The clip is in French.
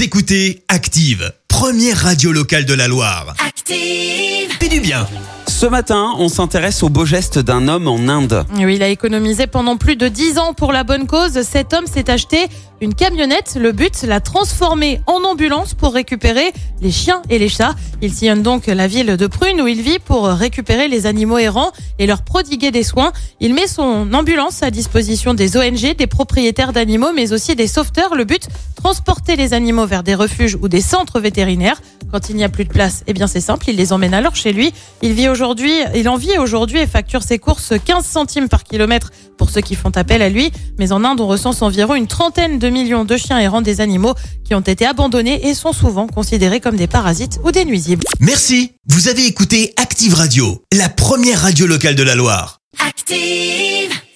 Vous écoutez Active, première radio locale de la Loire. Active. Fais du bien. Ce matin, on s'intéresse au beau geste d'un homme en Inde. Oui, il a économisé pendant plus de 10 ans pour la bonne cause. Cet homme s'est acheté une camionnette. Le but, la transformer en ambulance pour récupérer les chiens et les chats. Il sillonne donc la ville de Prune où il vit pour récupérer les animaux errants et leur prodiguer des soins. Il met son ambulance à disposition des ONG, des propriétaires d'animaux, mais aussi des sauveteurs. Le but, transporter les animaux vers des refuges ou des centres vétérinaires. Quand il n'y a plus de place, eh bien c'est simple, il les emmène alors chez lui. Il en vit aujourd'hui et facture ses courses 15 centimes par kilomètre pour ceux qui font appel à lui. Mais en Inde, on recense environ une trentaine de millions de chiens errants, des animaux qui ont été abandonnés et sont souvent considérés comme des parasites ou des nuisibles. Merci. Vous avez écouté Active Radio, la première radio locale de la Loire. Active.